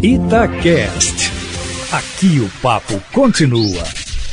Itacast. Aqui o papo continua.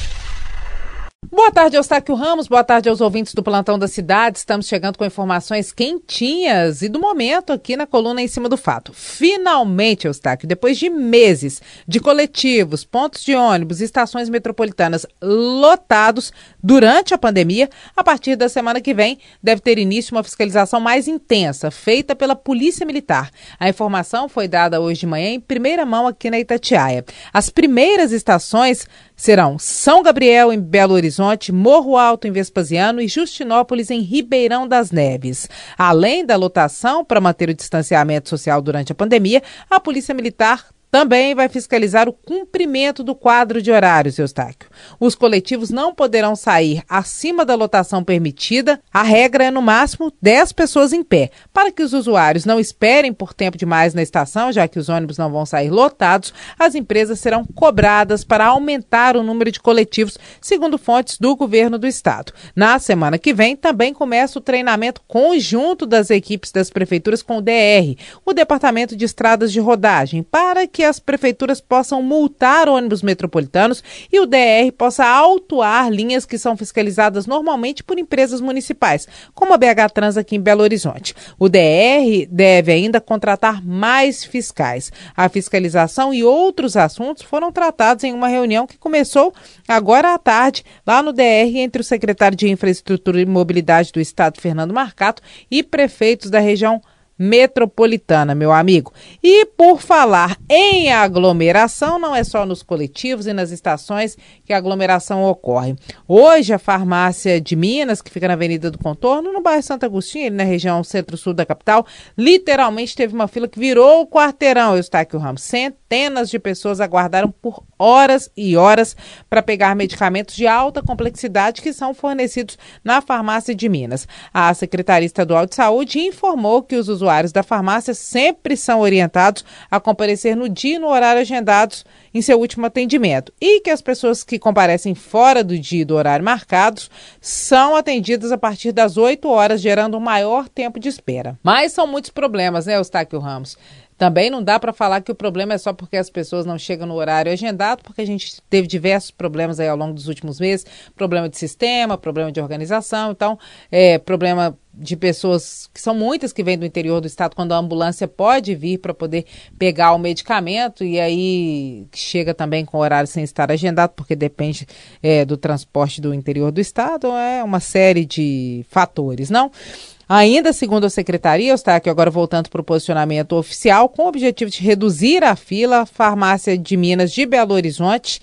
Boa tarde, Eustáquio Ramos. Boa tarde aos ouvintes do Plantão da Cidade. Estamos chegando com informações quentinhas e do momento aqui na coluna Em Cima do Fato. Finalmente, Eustáquio, depois de meses de coletivos, pontos de ônibus e estações metropolitanas lotados durante a pandemia, a partir da semana que vem deve ter início uma fiscalização mais intensa, feita pela Polícia Militar. A informação foi dada hoje de manhã em primeira mão aqui na Itatiaia. As primeiras estações serão São Gabriel, em Belo Horizonte, Morro Alto, em Vespasiano e Justinópolis, em Ribeirão das Neves. Além da lotação para manter o distanciamento social durante a pandemia, a Polícia Militar também vai fiscalizar o cumprimento do quadro de horários, Eustáquio. Os coletivos não poderão sair acima da lotação permitida. A regra é, no máximo, 10 pessoas em pé. Para que os usuários não esperem por tempo demais na estação, já que os ônibus não vão sair lotados, as empresas serão cobradas para aumentar o número de coletivos, segundo fontes do governo do estado. Na semana que vem, também começa o treinamento conjunto das equipes das prefeituras com o DR, o Departamento de Estradas de Rodagem, para que as prefeituras possam multar ônibus metropolitanos e o DR possa autuar linhas que são fiscalizadas normalmente por empresas municipais, como a BH Trans aqui em Belo Horizonte. O DR deve ainda contratar mais fiscais. A fiscalização e outros assuntos foram tratados em uma reunião que começou agora à tarde, lá no DR, entre o secretário de Infraestrutura e Mobilidade do Estado, Fernando Marcato, e prefeitos da região metropolitana, meu amigo. E por falar em aglomeração, não é só nos coletivos e nas estações que a aglomeração ocorre. Hoje, a farmácia de Minas, que fica na Avenida do Contorno, no bairro Santo Agostinho, na região centro-sul da capital, literalmente teve uma fila que virou o quarteirão, Eustáquio Ramos. Centenas de pessoas aguardaram por horas e horas para pegar medicamentos de alta complexidade que são fornecidos na farmácia de Minas. A Secretaria Estadual de Saúde informou que os usuários da farmácia sempre são orientados a comparecer no dia e no horário agendados em seu último atendimento e que as pessoas que comparecem fora do dia e do horário marcados são atendidas a partir das 8 horas, gerando um maior tempo de espera. Mas são muitos problemas, né, Eustáquio Ramos? Também não dá para falar que o problema é só porque as pessoas não chegam no horário agendado, porque a gente teve diversos problemas aí ao longo dos últimos meses, problema de sistema, problema de organização, então, problema de pessoas, que são muitas que vêm do interior do estado, quando a ambulância pode vir para poder pegar o medicamento e aí chega também com horário sem estar agendado, porque depende do transporte do interior do estado, é uma série de fatores, não? Ainda segundo a secretaria, está aqui agora voltando para o posicionamento oficial, com o objetivo de reduzir a fila, a farmácia de Minas de Belo Horizonte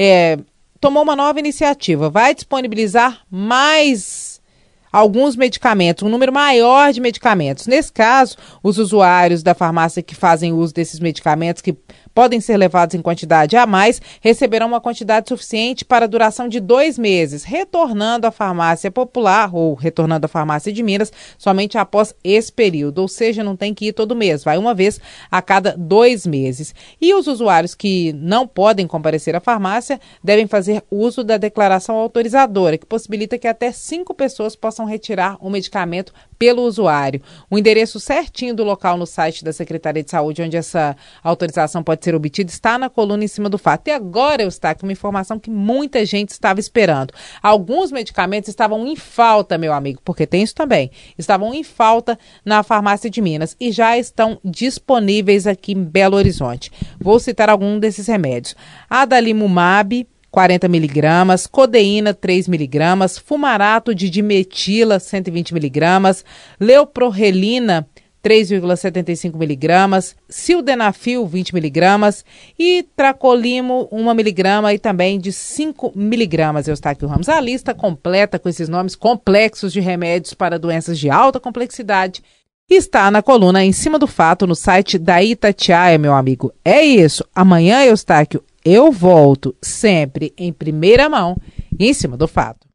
tomou uma nova iniciativa, vai disponibilizar mais alguns medicamentos, um número maior de medicamentos. Nesse caso, os usuários da farmácia que fazem uso desses medicamentos, que podem ser levados em quantidade a mais, receberão uma quantidade suficiente para a duração de 2 meses, retornando à farmácia popular ou retornando à farmácia de Minas somente após esse período, ou seja, não tem que ir todo mês, vai uma vez a cada 2 meses. E os usuários que não podem comparecer à farmácia devem fazer uso da declaração autorizadora, que possibilita que até 5 pessoas possam retirar o medicamento pelo usuário. O endereço certinho do local no site da Secretaria de Saúde, onde essa autorização pode ser obtida, está na coluna Em Cima do Fato. E agora, Eustáquio, uma informação que muita gente estava esperando. Alguns medicamentos estavam em falta, meu amigo, porque tem isso também. Estavam em falta na farmácia de Minas e já estão disponíveis aqui em Belo Horizonte. Vou citar algum desses remédios. Adalimumab, 40 miligramas, codeína 3 miligramas, fumarato de dimetila 120 miligramas, leuprorelina 3,75 miligramas, sildenafil 20 miligramas e tracolimo 1 miligrama e também de 5 miligramas, Eustáquio Ramos. A lista completa com esses nomes complexos de remédios para doenças de alta complexidade está na coluna Em Cima do Fato no site da Itatiaia, meu amigo. É isso. Amanhã, Eustáquio, eu volto sempre em primeira mão e em cima do fato.